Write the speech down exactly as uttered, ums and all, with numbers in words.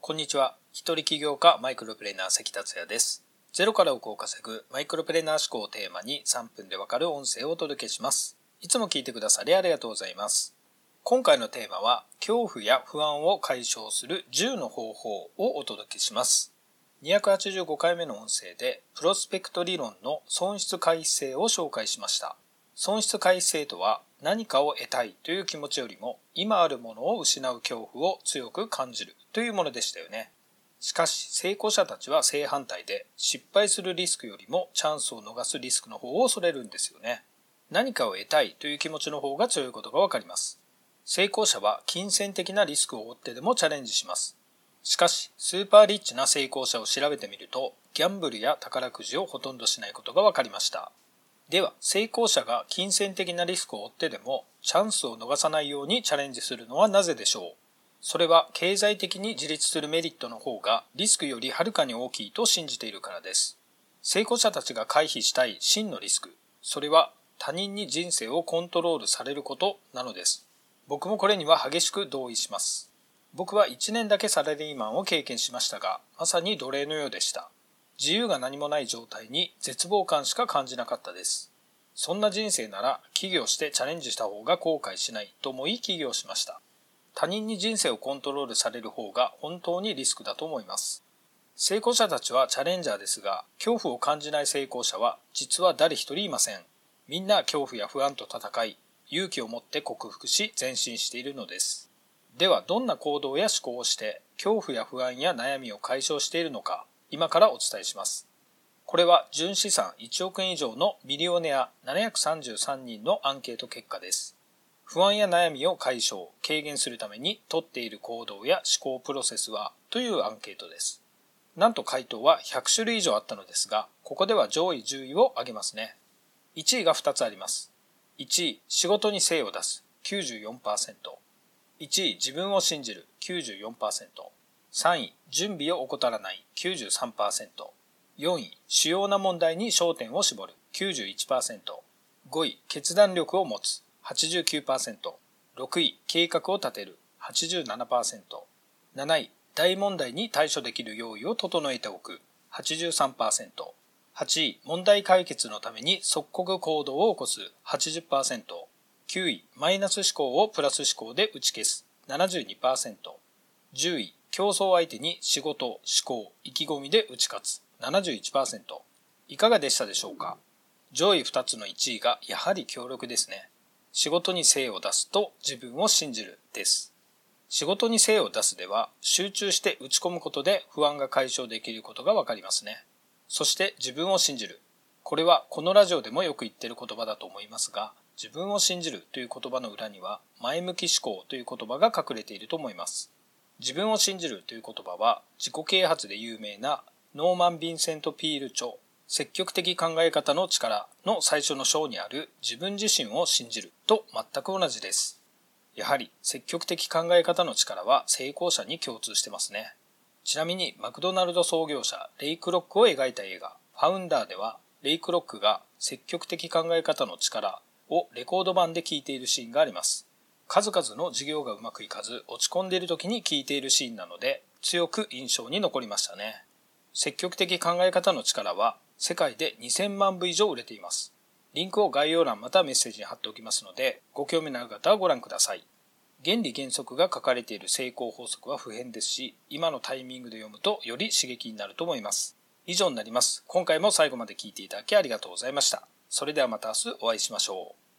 こんにちは。一人起業家マイクロプレーナー関達也です。ゼロから億を稼ぐマイクロプレーナー思考をテーマにさんぷんでわかる音声をお届けします。いつも聞いてくださりありがとうございます。今回のテーマは恐怖や不安を解消するじゅうの方法をお届けします。にひゃくはちじゅうごかいめの音声でプロスペクト理論の損失回避性を紹介しました。損失回避性とは何かを得たいという気持ちよりも今あるものを失う恐怖を強く感じるというものでしたよね。しかし成功者たちは正反対で失敗するリスクよりもチャンスを逃すリスクの方を恐れるんですよね。何かを得たいという気持ちの方が強いことがわかります。成功者は金銭的なリスクを負ってでもチャレンジします。しかしスーパーリッチな成功者を調べてみるとギャンブルや宝くじをほとんどしないことがわかりました。では成功者が金銭的なリスクを負ってでもチャンスを逃さないようにチャレンジするのはなぜでしょう。それは経済的に自立するメリットの方がリスクよりはるかに大きいと信じているからです。成功者たちが回避したい真のリスク、それは他人に人生をコントロールされることなのです。僕もこれには激しく同意します。僕はいちねんだけサラリーマンを経験しましたが、まさに奴隷のようでした。自由が何もない状態に絶望感しか感じなかったです。そんな人生なら起業してチャレンジした方が後悔しないと思い起業しました。他人に人生をコントロールされる方が本当にリスクだと思います。成功者たちはチャレンジャーですが、恐怖を感じない成功者は実は誰一人いません。みんな恐怖や不安と戦い、勇気を持って克服し前進しているのです。ではどんな行動や思考をして恐怖や不安や悩みを解消しているのか、今からお伝えします。これは純資産いちおくえん以上のミリオネアななひゃくさんじゅうさんにんのアンケート結果です。不安や悩みを解消、軽減するために取っている行動や思考プロセスはというアンケートです。なんと回答はひゃくしゅるい以上あったのですが、ここでは上位じゅういを挙げますね。いちいがふたつあります。いちい、仕事に精を出す きゅうじゅうよんパーセント。いちい、自分を信じる きゅうじゅうよんパーセント。さんい、準備を怠らない きゅうじゅうさんパーセント。よんい、主要な問題に焦点を絞る きゅうじゅういちパーセント。ごい、決断力を持つ はちじゅうきゅうパーセント。ろくい、計画を立てる はちじゅうななパーセント。なない、大問題に対処できる用意を整えておく はちじゅうさんパーセント。はちい、問題解決のために即刻行動を起こす はちじゅっパーセント。きゅうい、マイナス思考をプラス思考で打ち消す ななじゅうにパーセント。じゅうい、競争相手に仕事、思考、意気込みで打ち勝つ ななじゅういちパーセント。いかがでしたでしょうか。上位ふたつのいちいがやはり強力ですね。仕事に精を出すと自分を信じるです。仕事に精を出すでは集中して打ち込むことで不安が解消できることがわかりますね。そして自分を信じる。これはこのラジオでもよく言っている言葉だと思いますが、自分を信じるという言葉の裏には前向き思考という言葉が隠れていると思います。自分を信じるという言葉は自己啓発で有名なノーマン・ヴィンセント・ピール著積極的考え方の力の最初の章にある自分自身を信じると全く同じです。やはり積極的考え方の力は成功者に共通してますね。ちなみにマクドナルド創業者レイ・クロックを描いた映画ファウンダーではレイ・クロックが積極的考え方の力をレコード版で聞いているシーンがあります。数々の事業がうまくいかず落ち込んでいる時に聞いているシーンなので強く印象に残りましたね。積極的考え方の力は世界でにせんまんぶ以上売れています。リンクを概要欄またメッセージに貼っておきますのでご興味のある方はご覧ください。原理原則が書かれている成功法則は不変ですし、今のタイミングで読むとより刺激になると思います。以上になります。今回も最後まで聞いていただきありがとうございました。それではまた明日お会いしましょう。